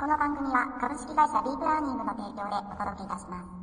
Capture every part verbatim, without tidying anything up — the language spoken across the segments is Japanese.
この番組は株式会社ディープラーニングの提供でお届けいたします。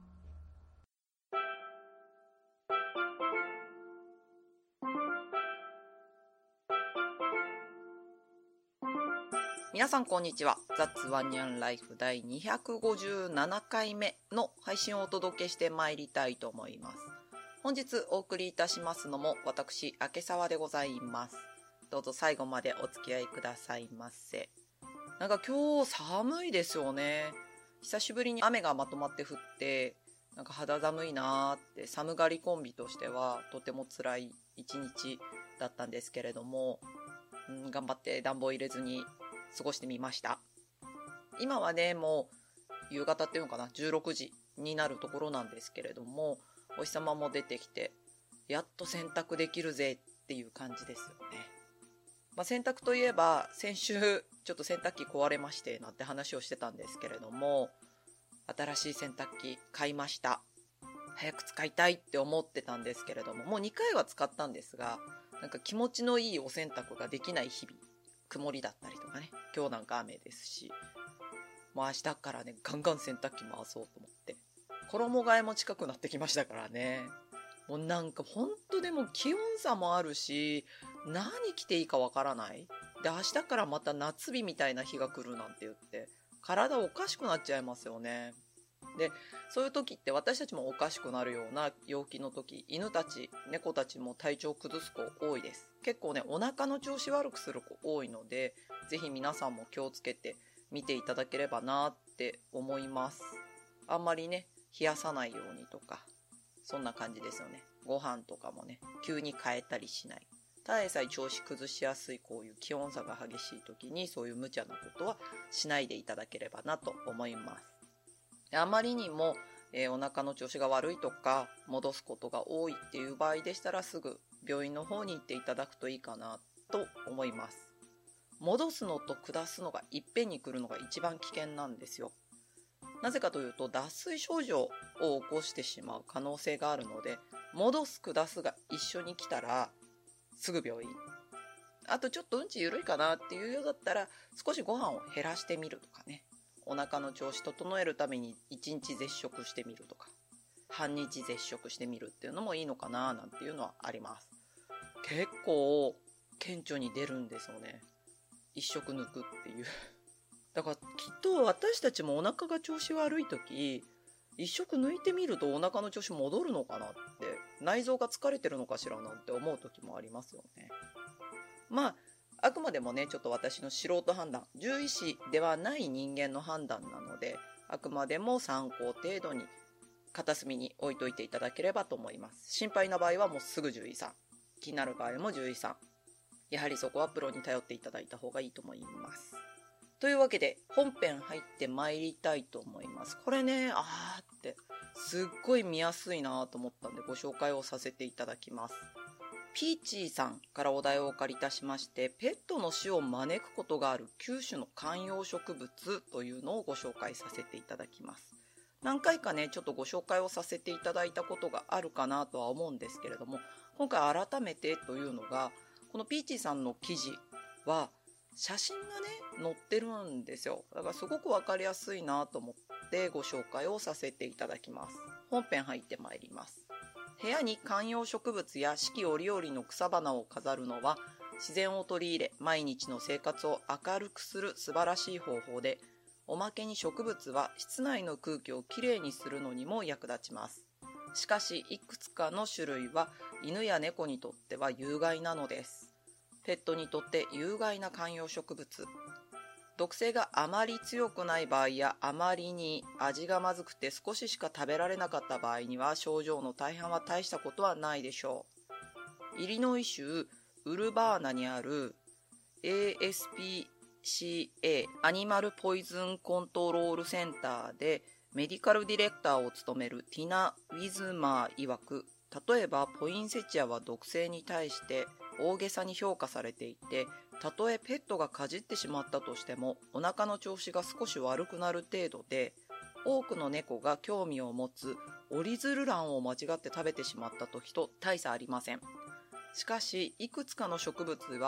皆さんこんにちは。ザッツワンニャンライフ第にひゃくごじゅうななかいめの配信をお届けしてまいりたいと思います。本日お送りいたしますのも私、明沢でございます。どうぞ最後までお付き合いくださいませ。なんか今日寒いですよね。久しぶりに雨がまとまって降って、なんか肌寒いなーって寒がりコンビとしてはとても辛い一日だったんですけれども、うん、頑張って暖房入れずに過ごしてみました。今はね、もう夕方っていうのかな、じゅうろくじになるところなんですけれども、お日様も出てきて、やっと洗濯できるぜっていう感じですよね。まあ、洗濯といえば先週ちょっと洗濯機壊れましてなんて話をしてたんですけれども、新しい洗濯機買いました。早く使いたいって思ってたんですけれども、もうにかいは使ったんですが、なんか気持ちのいいお洗濯ができない日々、曇りだったりとかね、今日なんか雨ですし、もう明日からねガンガン洗濯機回そうと思って、衣替えも近くなってきましたからね。もうなんかほんとでも気温差もあるし、何着ていいかわからないで、明日からまた夏日みたいな日が来るなんて言って体おかしくなっちゃいますよね。で、そういう時って私たちもおかしくなるような陽気の時、犬たち猫たちも体調崩す子多いです。結構ね、お腹の調子悪くする子多いので、ぜひ皆さんも気をつけて見ていただければなって思います。あんまりね冷やさないようにとか、そんな感じですよね。ご飯とかもね急に変えたりしない。ただでさえ調子崩しやすいこういう気温差が激しい時にそういう無茶なことはしないでいただければなと思います。あまりにも、えー、お腹の調子が悪いとか戻すことが多いっていう場合でしたら、すぐ病院の方に行っていただくといいかなと思います。戻すのと下すのがいっぺんに来るのが一番危険なんですよ。なぜかというと脱水症状を起こしてしまう可能性があるので、戻す下すが一緒に来たらすぐ病院。あとちょっとうんち緩いかなっていうようだったら少しご飯を減らしてみるとかね、お腹の調子整えるためにいちにち絶食してみるとか、半日絶食してみるっていうのもいいのかななんていうのはあります。結構顕著に出るんですよね、一食抜くっていう。だからきっと私たちもお腹が調子悪い時、一食抜いてみるとお腹の調子戻るのかなって、内臓が疲れてるのかしらなんて思う時もありますよね。まああくまでもね、ちょっと私の素人判断、獣医師ではない人間の判断なので、あくまでも参考程度に片隅に置いといていただければと思います。心配な場合はもうすぐ獣医さん、気になる場合も獣医さん、やはりそこはプロに頼っていただいた方がいいと思います。というわけで本編入ってまいりたいと思います。これね、あーってすっごい見やすいなと思ったんでご紹介をさせていただきます。ピーチーさんからお題をお借りいたしまして、ペットの死を招くことがあるきゅうしゅの観葉植物というのをご紹介させていただきます。何回かねちょっとご紹介をさせていただいたことがあるかなとは思うんですけれども、今回改めてというのが、このピーチーさんの記事は写真がね載ってるんですよ。だからすごくわかりやすいなと思ってご紹介をさせていただきます。本編入ってまいります。部屋に観葉植物や四季折々の草花を飾るのは自然を取り入れ毎日の生活を明るくする素晴らしい方法で、おまけに植物は室内の空気をきれいにするのにも役立ちます。しかしいくつかの種類は犬や猫にとっては有害なのです。ペットにとって有害な観葉植物、毒性があまり強くない場合やあまりに味がまずくて少ししか食べられなかった場合には症状の大半は大したことはないでしょう。イリノイ州ウルバーナにある エーエスピーシーエー アニマルポイズンコントロールセンターでメディカルディレクターを務めるティナ・ウィズマー曰く、例えばポインセチアは毒性に対して大げさに評価されていて、たとえペットがかじってしまったとしてもお腹の調子が少し悪くなる程度で、多くの猫が興味を持つ折り鶴蘭を間違って食べてしまった時と大差ありません。しかしいくつかの植物は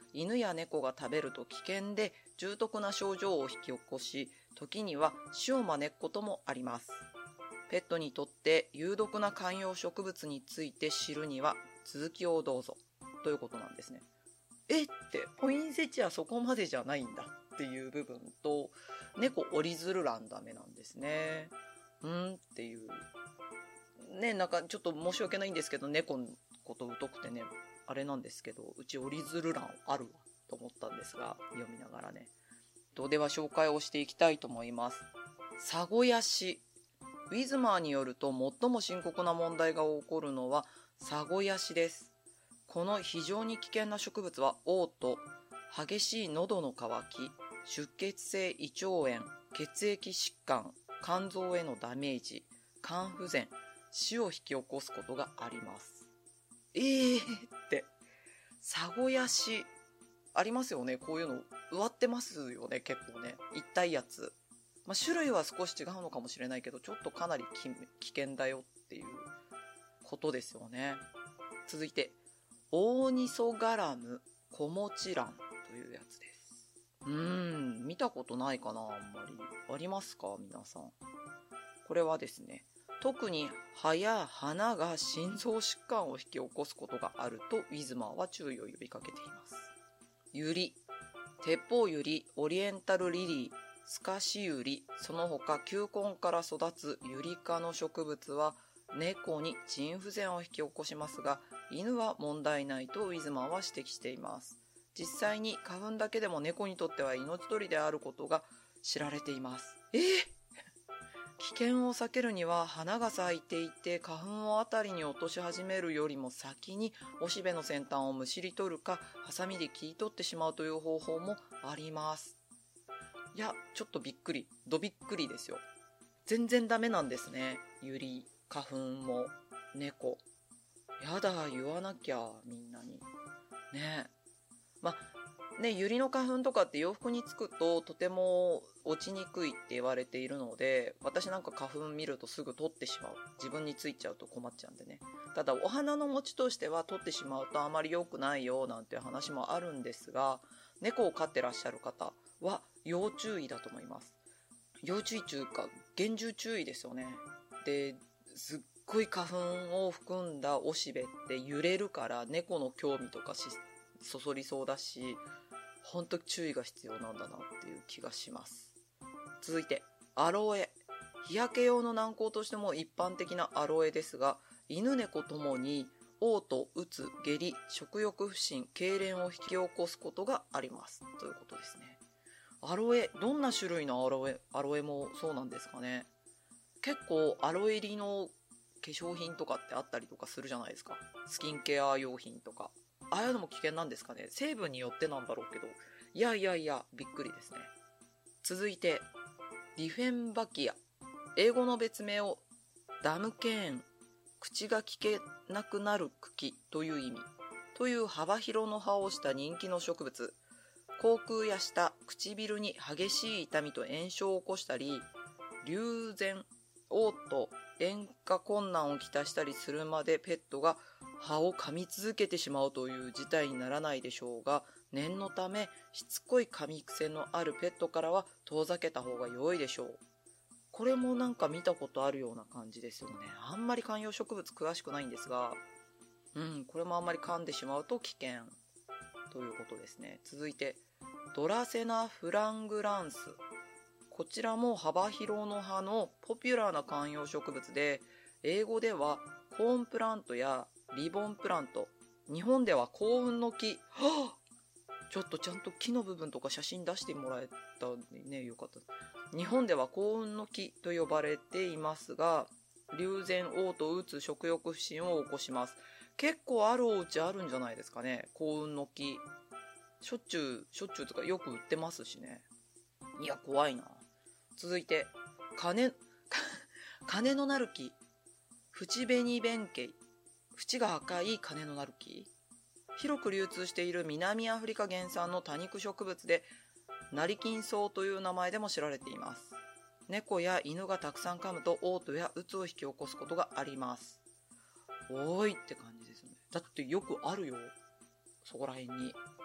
犬や猫が食べると危険で重篤な症状を引き起こし、時には死を招くこともあります。ペットにとって有毒な観葉植物について知るには続きをどうぞということなんですね。えってポインセチアそこまでじゃないんだっていう部分と、猫折り鶴蘭ダメなんですね。うんっていうね、なんかちょっと申し訳ないんですけど、猫のこと疎くてねあれなんですけど、うち折り鶴蘭あるわと思ったんですが、読みながらね。では紹介をしていきたいと思います。サゴヤシ。ウィズマーによると最も深刻な問題が起こるのはサゴヤシです。この非常に危険な植物は嘔吐、激しい喉の渇き、出血性胃腸炎、血液疾患、肝臓へのダメージ、肝不全、死を引き起こすことがあります。えーってサゴヤシありますよね。こういうの植わってますよね。結構ね、痛いやつ。まあ、種類は少し違うのかもしれないけど、ちょっとかなり危険だよっていうことですよね。続いてオオニソガラムコモチランというやつです。うーん見たことないかな。あんまりありますか皆さん。これはですね、特に葉や花が心臓疾患を引き起こすことがあるとウィズマーは注意を呼びかけています。ユリ、鉄砲ユリ、オリエンタルリリー、スカシユリ、その他球根から育つユリ科の植物は猫に腎不全を引き起こしますが、犬は問題ないとウィズマーは指摘しています。実際に花粉だけでも猫にとっては命取りであることが知られています。えー、危険を避けるには花が咲いていて花粉をあたりに落とし始めるよりも先におしべの先端をむしり取るかハサミで切り取ってしまうという方法もあります。いやちょっとびっくり、どびっくりですよ。全然ダメなんですね。ユリ、花粉も猫。やだ、言わなきゃみんなにね。まあね、ユリの花粉とかって洋服につくととても落ちにくいって言われているので、私なんか花粉見るとすぐ取ってしまう。自分についちゃうと困っちゃうんでね。ただお花の持ちとしては取ってしまうとあまり良くないよなんていう話もあるんですが、猫を飼ってらっしゃる方は要注意だと思います。要注意というか厳重注意ですよね。ですっごい花粉を含んだおしべって揺れるから猫の興味とかしそそりそうだし、本当に注意が必要なんだなっていう気がします。続いてアロエ。日焼け用の軟膏としても一般的なアロエですが、犬猫ともに嘔吐、うつ、下痢、食欲不振、痙攣を引き起こすことがありますということですね。アロエ、どんな種類のアロエ、アロエもそうなんですかね。結構アロエ入りの化粧品とかってあったりとかするじゃないですか。スキンケア用品とか、ああいうのも危険なんですかね。成分によってなんだろうけど、いやいやいやびっくりですね。続いてディフェンバキア。英語の別名をダムケーン、口が聞けなくなる茎という意味という幅広の葉をした人気の植物。口腔や舌、唇に激しい痛みと炎症を起こしたり、流涎、嘔吐、塩化困難をきたしたりするまでペットが歯を噛み続けてしまうという事態にならないでしょうが、念のためしつこい噛み癖のあるペットからは遠ざけた方が良いでしょう。これもなんか見たことあるような感じですよね。あんまり観葉植物詳しくないんですが、うん、これもあんまり噛んでしまうと危険ということですね。続いてドラセナフラングランス。こちらも幅広の葉のポピュラーな観葉植物で、英語ではコーンプラントやリボンプラント、日本では幸運の木、はぁ、ちょっとちゃんと木の部分とか写真出してもらえたね、よかった。日本では幸運の木と呼ばれていますが、流涎、嘔吐、うつ、食欲不振を起こします。結構あるお家あるんじゃないですかね。幸運の木しょっちゅうしょっちゅうとかよく売ってますしね。いや怖いな。続いて金金のなる木、縁紅弁慶。縁が赤い金のなる木。広く流通している南アフリカ原産の多肉植物で、成金草という名前でも知られています。猫や犬がたくさん噛むと嘔吐やうつを引き起こすことがあります。おーいって感じですね。だってよくあるよ、そこら辺に。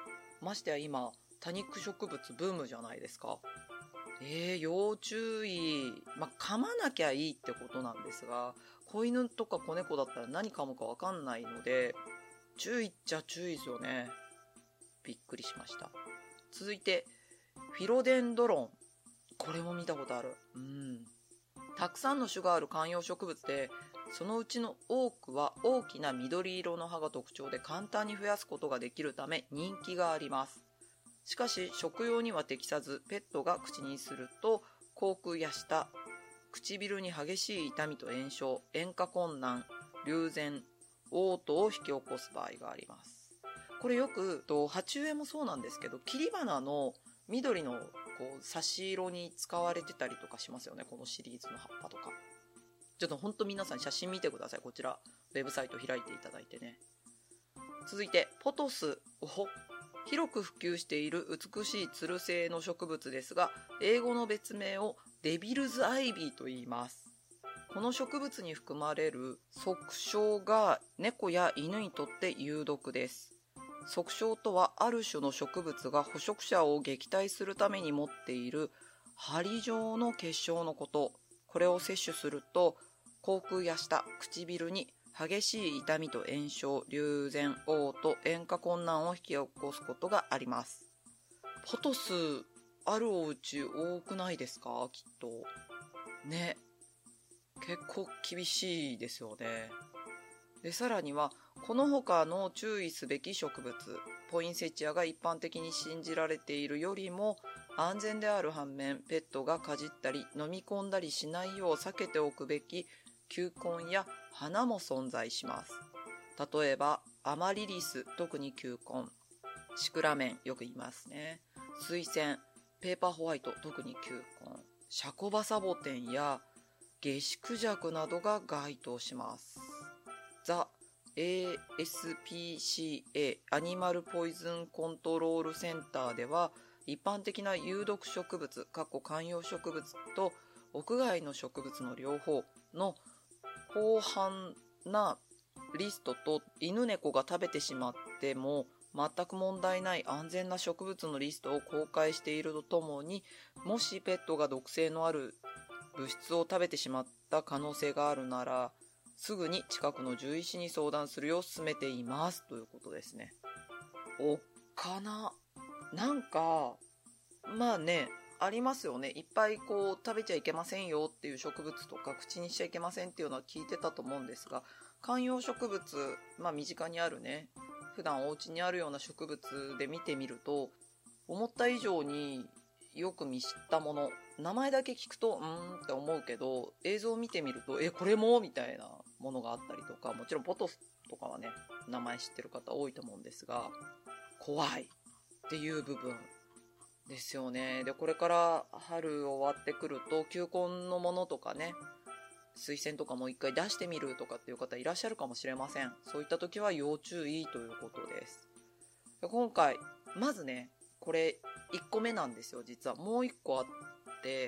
ましてや今多肉植物ブームじゃないですか。えー、要注意。まあ、噛まなきゃいいってことなんですが、子犬とか子猫だったら何噛むかわかんないので、注意っちゃ注意ですよね。びっくりしました。続いて、フィロデンドロン。これも見たことある。うん。たくさんの種がある観葉植物で、そのうちの多くは大きな緑色の葉が特徴で簡単に増やすことができるため人気があります。しかし食用には適さず、ペットが口にすると口腔や舌、唇に激しい痛みと炎症、塩化困難、流涎、嘔吐を引き起こす場合があります。これよく鉢植えもそうなんですけど、切り花の緑のこう差し色に使われてたりとかしますよね。このシリーズの葉っぱとか。ちょっと本当皆さん写真見てください。こちらウェブサイト開いていただいてね。続いてポトス。おほ広く普及している美しいつる性の植物ですが、英語の別名をデビルズアイビーと言います。この植物に含まれる側生が猫や犬にとって有毒です。側生とはある種の植物が捕食者を撃退するために持っている針状の結晶のこと。これを摂取すると口腔や舌、唇に激しい痛みと炎症、流涎、嘔吐、塩化困難を引き起こすことがあります。ポトスあるお家多くないですか？きっとね、結構厳しいですよね。で、さらにはこの他の注意すべき植物、ポインセチアが一般的に信じられているよりも安全である反面、ペットがかじったり飲み込んだりしないよう避けておくべき球根や花も存在します。例えばアマリリス、特に球根、シクラメン、よく言いますね。水仙、ペーパーホワイト、特に球根、シャコバサボテンやゲシクジャクなどが該当します。ザ・エーエスピーシーエー アニマルポイズンコントロールセンターでは、一般的な有毒植物、観葉植物と屋外の植物の両方の広範なリストと、犬猫が食べてしまっても全く問題ない安全な植物のリストを公開しているとともに、もしペットが毒性のある物質を食べてしまった可能性があるなら、すぐに近くの獣医師に相談するよう勧めていますということですね。おっかな。なんかまあね、ありますよね。いっぱいこう食べちゃいけませんよっていう植物とか口にしちゃいけませんっていうのは聞いてたと思うんですが、観葉植物、まあ身近にあるね、普段お家にあるような植物で見てみると、思った以上によく見知ったもの、名前だけ聞くとうーんって思うけど、映像を見てみるとえこれもみたいなものがあったりとか、もちろんポトスとかはね名前知ってる方多いと思うんですが、怖いっていう部分ですよね。で、これから春終わってくると球根のものとかね、水仙とかも一回出してみるとかっていう方いらっしゃるかもしれません。そういった時は要注意ということです。で、今回まずね、これいっこめなんですよ。実はもういっこあって、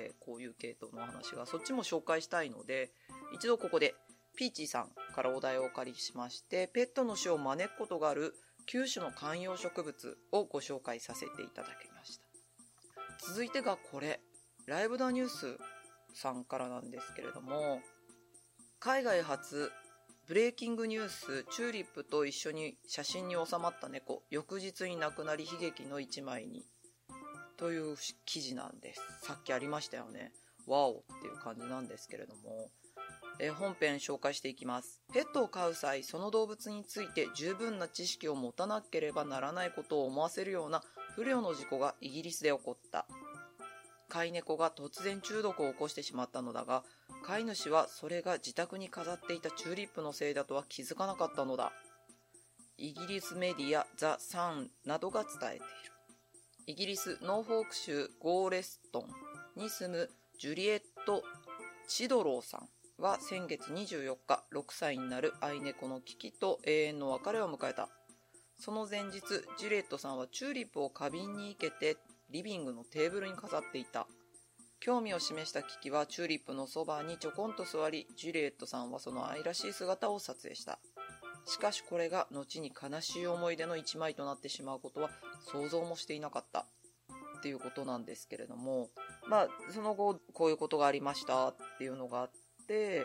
こういう系統の話が、そっちも紹介したいので、一度ここでピーチーさんからお題をお借りしまして、ペットの死を招くことがあるきゅう種の観葉植物をご紹介させていただきました。続いてがこれ、ライブダニュースさんからなんですけれども、海外初ブレイキングニュース、チューリップと一緒に写真に収まった猫、翌日に亡くなり悲劇の一枚に、という記事なんです。さっきありましたよね。ワオっていう感じなんですけれども、え本編紹介していきます。ペットを飼う際、その動物について十分な知識を持たなければならないことを思わせるような不慮の事故がイギリスで起こった。飼い猫が突然中毒を起こしてしまったのだが、飼い主はそれが自宅に飾っていたチューリップのせいだとは気づかなかったのだ。イギリスメディアザ・サンなどが伝えている。イギリスノーフォーク州ゴーレストンに住むジュリエット・チドローさんは先月にじゅうよっか、ろくさいになる愛猫のキキと永遠の別れを迎えた。その前日、ジュリエットさんはチューリップを花瓶に生けてリビングのテーブルに飾っていた。興味を示したキキはチューリップのそばにちょこんと座り、ジュリエットさんはその愛らしい姿を撮影した。 しかしこれが後に悲しい思い出の一枚となってしまうことは想像もしていなかったっていうことなんですけれども、まあその後こういうことがありましたっていうのがあって、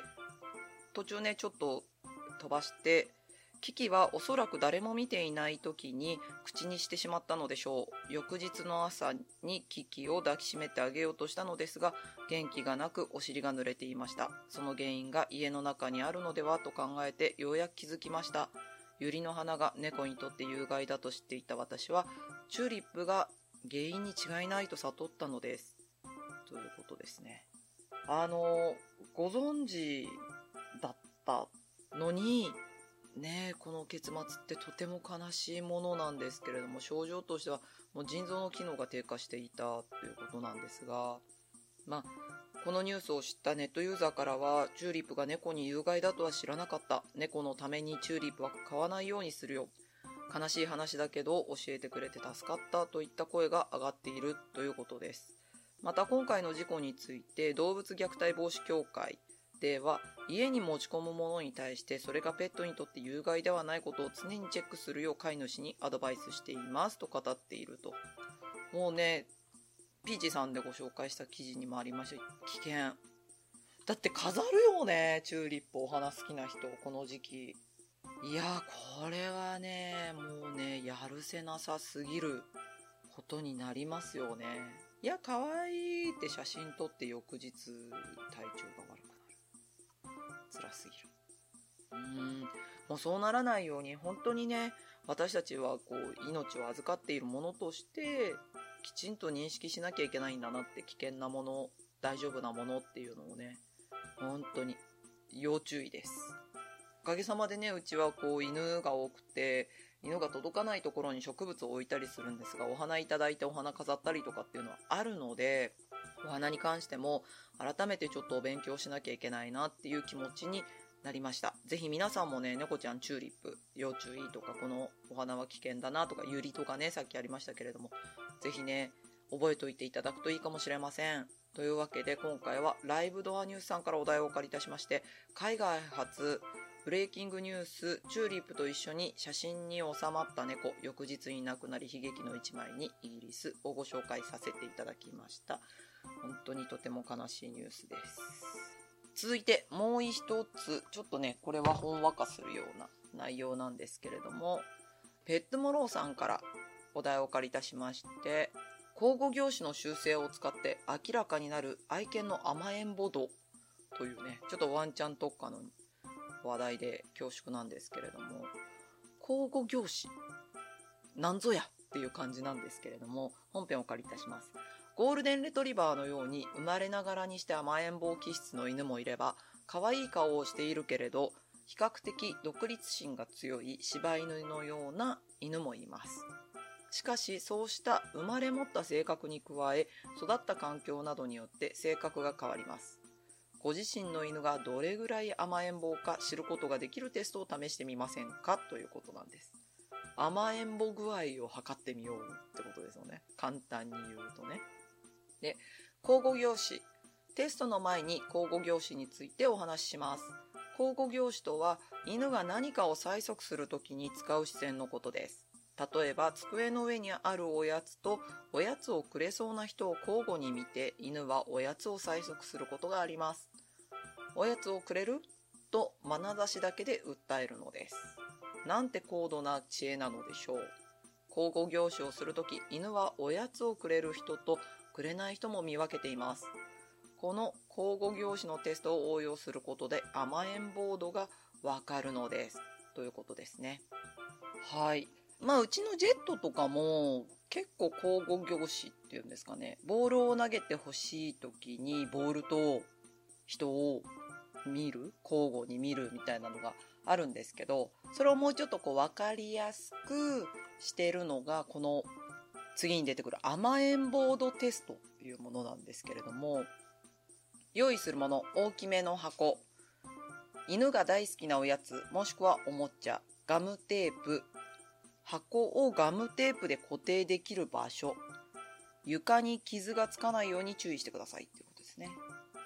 途中ねちょっと飛ばして、キキはおそらく誰も見ていない時に口にしてしまったのでしょう。翌日の朝にキキを抱きしめてあげようとしたのですが、元気がなくお尻が濡れていました。その原因が家の中にあるのではと考えてようやく気づきました。ユリの花が猫にとって有害だと知っていた私は、チューリップが原因に違いないと悟ったのです。ということですね。あの、ご存知だったのに、ねえ、この結末ってとても悲しいものなんですけれども、症状としてはもう腎臓の機能が低下していたということなんですが、まあこのニュースを知ったネットユーザーからは、チューリップが猫に有害だとは知らなかった、猫のためにチューリップは買わないようにするよ、悲しい話だけど教えてくれて助かったといった声が上がっているということです。また今回の事故について動物虐待防止協会では、家に持ち込むものに対してそれがペットにとって有害ではないことを常にチェックするよう飼い主にアドバイスしていますと語っていると。もうね、ピーチさんでご紹介した記事にもありました、危険だって飾るよね、チューリップ。お花好きな人この時期、いやこれはねもうねやるせなさすぎることになりますよね。いや可愛いって写真撮って翌日体調が悪くなる、辛すぎる。うーんもうそうならないように本当にね、私たちはこう命を預かっているものとしてきちんと認識しなきゃいけないんだなって。危険なもの、大丈夫なものっていうのをね、本当に要注意です。おかげさまでね、うちはこう犬が多くて、犬が届かないところに植物を置いたりするんですが、お花いただいてお花飾ったりとかっていうのはあるので、お花に関しても改めてちょっとお勉強しなきゃいけないなっていう気持ちになりました。ぜひ皆さんもね、猫ちゃんチューリップ要注意とか、このお花は危険だなとか、ユリとかね、さっきありましたけれども、ぜひね覚えておいていただくといいかもしれません。というわけで今回はライブドアニュースさんからお題をお借りいたしまして、海外発ブレイキングニュース、チューリップと一緒に写真に収まった猫、翌日に亡くなり悲劇の一枚にイギリスをご紹介させていただきました。本当にとても悲しいニュースです。続いてもう一つ、ちょっとねこれはほんわかするような内容なんですけれども、ペットモローさんからお題をお借りいたしまして、口語業種の修正を使って明らかになる愛犬の甘えん坊度というね、ちょっとワンちゃん特化の話題で恐縮なんですけれども、口語業種なんぞやっていう感じなんですけれども、本編をお借りいたします。ゴールデンレトリバーのように生まれながらにして甘えん坊気質の犬もいれば、可愛い顔をしているけれど比較的独立心が強い柴犬のような犬もいます。しかしそうした生まれ持った性格に加え、育った環境などによって性格が変わります。ご自身の犬がどれぐらい甘えん坊か知ることができるテストを試してみませんかということなんです。甘えん坊具合を測ってみようってことですよね、簡単に言うとね。で、口語業種、テストの前に口語業種についてお話しします。口語業種とは、犬が何かを催促するときに使う視線のことです。例えば机の上にあるおやつとおやつをくれそうな人を交互に見て、犬はおやつを催促することがあります。おやつをくれると眼差しだけで訴えるのです。なんて高度な知恵なのでしょう。口語業種をするとき、犬はおやつをくれる人とくれない人も見分けています。この口語業種のテストを応用することで甘えん坊度がわかるのですということですね。はい、まあうちのジェットとかも結構口語業種っていうんですかね、ボールを投げてほしい時にボールと人を見る、交互に見るみたいなのがあるんですけど、それをもうちょっとこう分かりやすくしてるのがこの次に出てくる甘えん坊度テストというものなんですけれども、用意するもの、大きめの箱、犬が大好きなおやつもしくはおもちゃ、ガムテープ、箱をガムテープで固定できる場所、床に傷がつかないように注意してくださいということですね。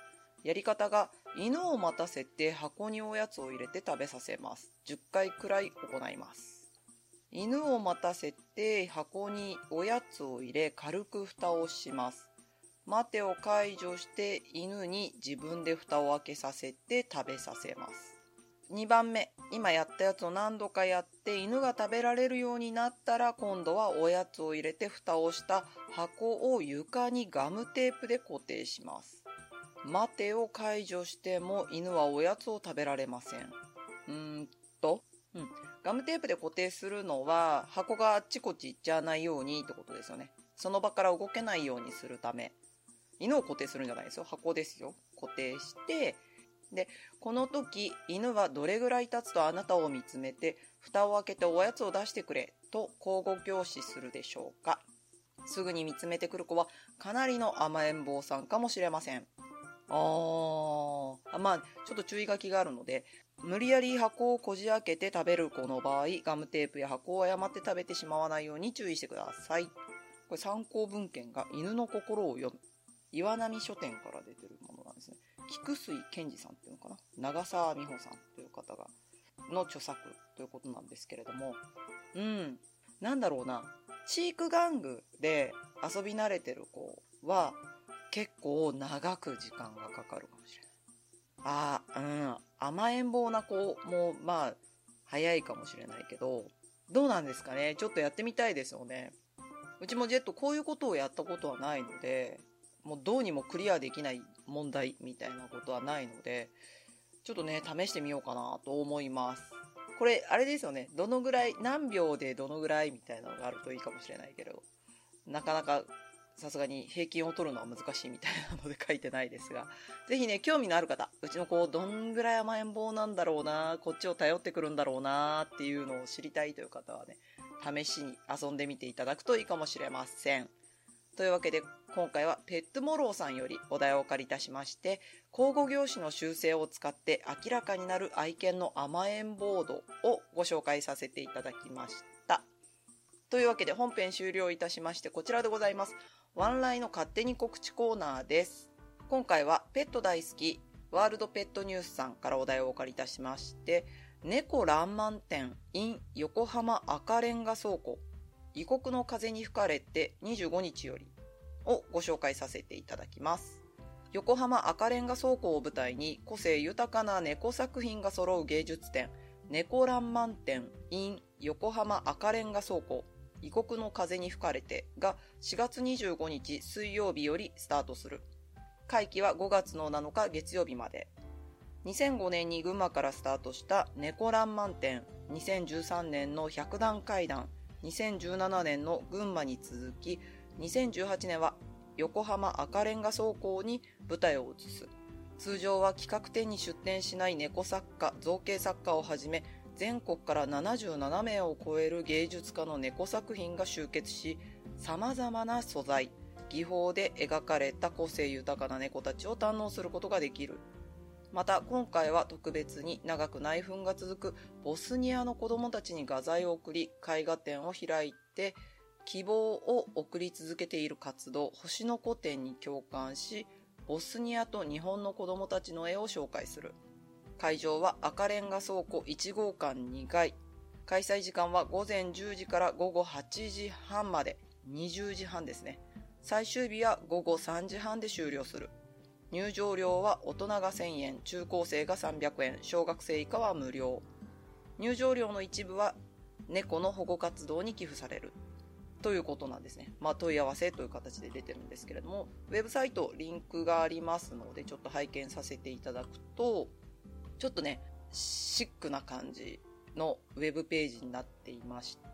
やり方が、犬を待たせて箱におやつを入れて食べさせます。じゅっかいくらい行います。犬を待たせて箱におやつを入れ軽く蓋をします。待てを解除して犬に自分で蓋を開けさせて食べさせます。にばんめ、今やったやつを何度かやって犬が食べられるようになったら、今度はおやつを入れて蓋をした箱を床にガムテープで固定します。待てを解除しても犬はおやつを食べられません。うーんと、うん、ガムテープで固定するのは箱があっちこっち行っちゃわないようにってことですよね。その場から動けないようにするため。犬を固定するんじゃないですよ。箱ですよ。固定して、で、この時犬はどれぐらい経つとあなたを見つめて蓋を開けておやつを出してくれと口語凝視するでしょうか。すぐに見つめてくる子はかなりの甘えん坊さんかもしれません。あー、まあちょっと注意書きがあるので、無理やり箱をこじ開けて食べる子の場合、ガムテープや箱を誤って食べてしまわないように注意してください。これ参考文献が犬の心を読む岩波書店から出てるものなんですね。菊水健二さんっていうのかな、長澤美穂さんという方がの著作ということなんですけれども、うん、なんだろうな、飼育玩具で遊び慣れてる子は結構長く時間がかかるかもしれない。ああ、うん、甘えん坊な子もまあ早いかもしれないけど、どうなんですかね。ちょっとやってみたいですよね。うちもジェットこういうことをやったことはないので、もうどうにもクリアできない問題みたいなことはないので、ちょっとね試してみようかなと思います。これあれですよね、どのぐらい何秒でどのぐらいみたいなのがあるといいかもしれないけど、なかなかさすがに平均を取るのは難しいみたいなので書いてないですが、ぜひね興味のある方、うちの子どんぐらい甘えん坊なんだろうな、こっちを頼ってくるんだろうなっていうのを知りたいという方はね、試しに遊んでみていただくといいかもしれません。というわけで今回はペットモローさんよりお題をお借りいたしまして、口語凝視の修正を使って明らかになる愛犬の甘えん坊度をご紹介させていただきました。というわけで本編終了いたしまして、こちらでございます。ワンライの勝手に告知コーナーです。今回はペット大好きワールドペットニュースさんからお題をお借りいたしまして、猫らんまん展 in 横浜赤レンガ倉庫異国の風に吹かれてにじゅうごにちよりをご紹介させていただきます。横浜赤レンガ倉庫を舞台に個性豊かな猫作品が揃う芸術展、猫らんまん展 in 横浜赤レンガ倉庫異国の風に吹かれてがしがつにじゅうごにち水曜日よりスタートする。会期はごがつのなのか月曜日まで。にせんごねんに群馬からスタートした猫らんまん展、にせんじゅうさんねんの百段階段、にせんじゅうななねんの群馬に続き、にせんじゅうはちねんは横浜赤レンガ倉庫に舞台を移す。通常は企画展に出展しない猫作家、造形作家をはじめ、全国からななじゅうななめいを超える芸術家の猫作品が集結し、様々な素材、技法で描かれた個性豊かな猫たちを堪能することができる。また今回は特別に長く内紛が続くボスニアの子供たちに画材を送り、絵画展を開いて希望を送り続けている活動、星の子展に共感し、ボスニアと日本の子供たちの絵を紹介する。会場は赤レンガ倉庫いちごうかんにかい。開催時間はごぜんじゅうじからごごはちじはんまで、にじゅうじはんですね。最終日はごごさんじはんで終了する。入場料は大人がせんえん、中高生がさんびゃくえん、小学生以下は無料。入場料の一部は猫の保護活動に寄付されるということなんですね。まあ問い合わせという形で出てるんですけれども、ウェブサイトリンクがありますのでちょっと拝見させていただくと、ちょっとねシックな感じのウェブページになっていまして、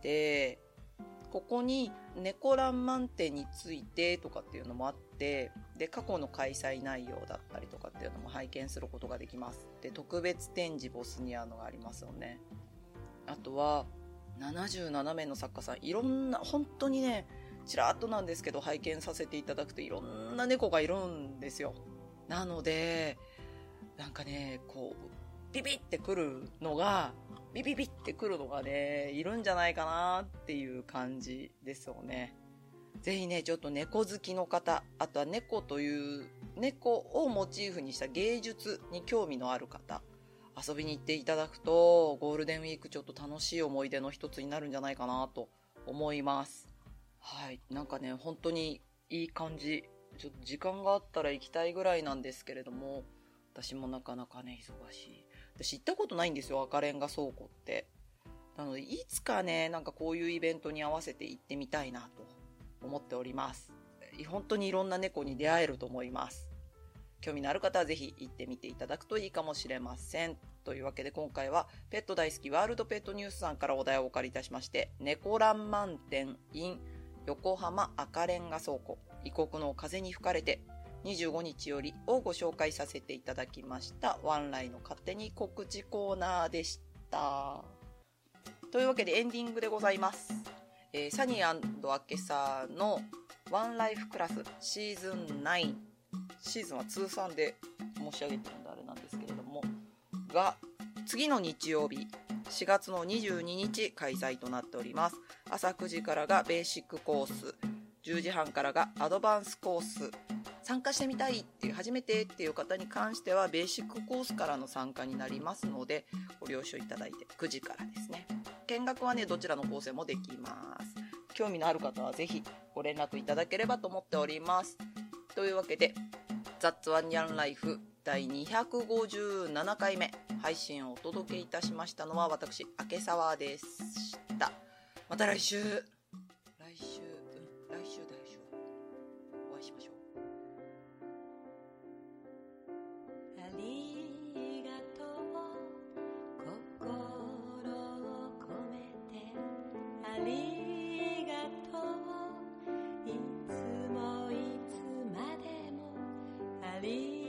ここに猫らんまん展についてとかっていうのもあって、で過去の開催内容だったりとかっていうのも拝見することができます。で特別展示ボスニアのがありますよね。あとはななじゅうななめいの作家さん、いろんな本当にねちらっとなんですけど拝見させていただくといろんな猫がいるんですよ。なのでなんかねこうビビってくるのがビビビってくるのがねいるんじゃないかなっていう感じですよね。 ぜひね、ちょっと猫好きの方、あとは猫という猫をモチーフにした芸術に興味のある方、遊びに行っていただくとゴールデンウィークちょっと楽しい思い出の一つになるんじゃないかなと思います。はい、なんかね、本当にいい感じ。ちょっと時間があったら行きたいぐらいなんですけれども、私もなかなかね、忙しい。私行ったことないんですよ、赤レンガ倉庫って。なので、いつかね、なんかこういうイベントに合わせて行ってみたいなと思っております。本当にいろんな猫に出会えると思います。興味のある方はぜひ行ってみていただくといいかもしれません。というわけで今回はペット大好きワールドペットニュースさんからお題をお借りいたしまして、猫らんまん展 in 横浜赤レンガ倉庫異国の風に吹かれてにじゅうごにちよりをご紹介させていただきましたワンライの勝手に告知コーナーでした。というわけでエンディングでございます。えー、サニー&アケサのワンライフクラスシーズンナイン、シーズンは通算で申し上げてるんであれなんですけれどもが次の日曜日しがつのにじゅうににち開催となっております。朝くじからがベーシックコース、じゅうじはんからがアドバンスコース。参加してみたいっていう初めてっていう方に関してはベーシックコースからの参加になりますのでご了承いただいて、くじからですね。見学はねどちらのコースでもできます。興味のある方はぜひご連絡いただければと思っております。というわけでザッツワンニャンライフだいにひゃくごじゅうななかいめ配信をお届けいたしましたのは私明沢でした。また来週来週、うん、来週来週お会いしましょう。 ありがとう心を込めて、ありがとういつもいつまでもあり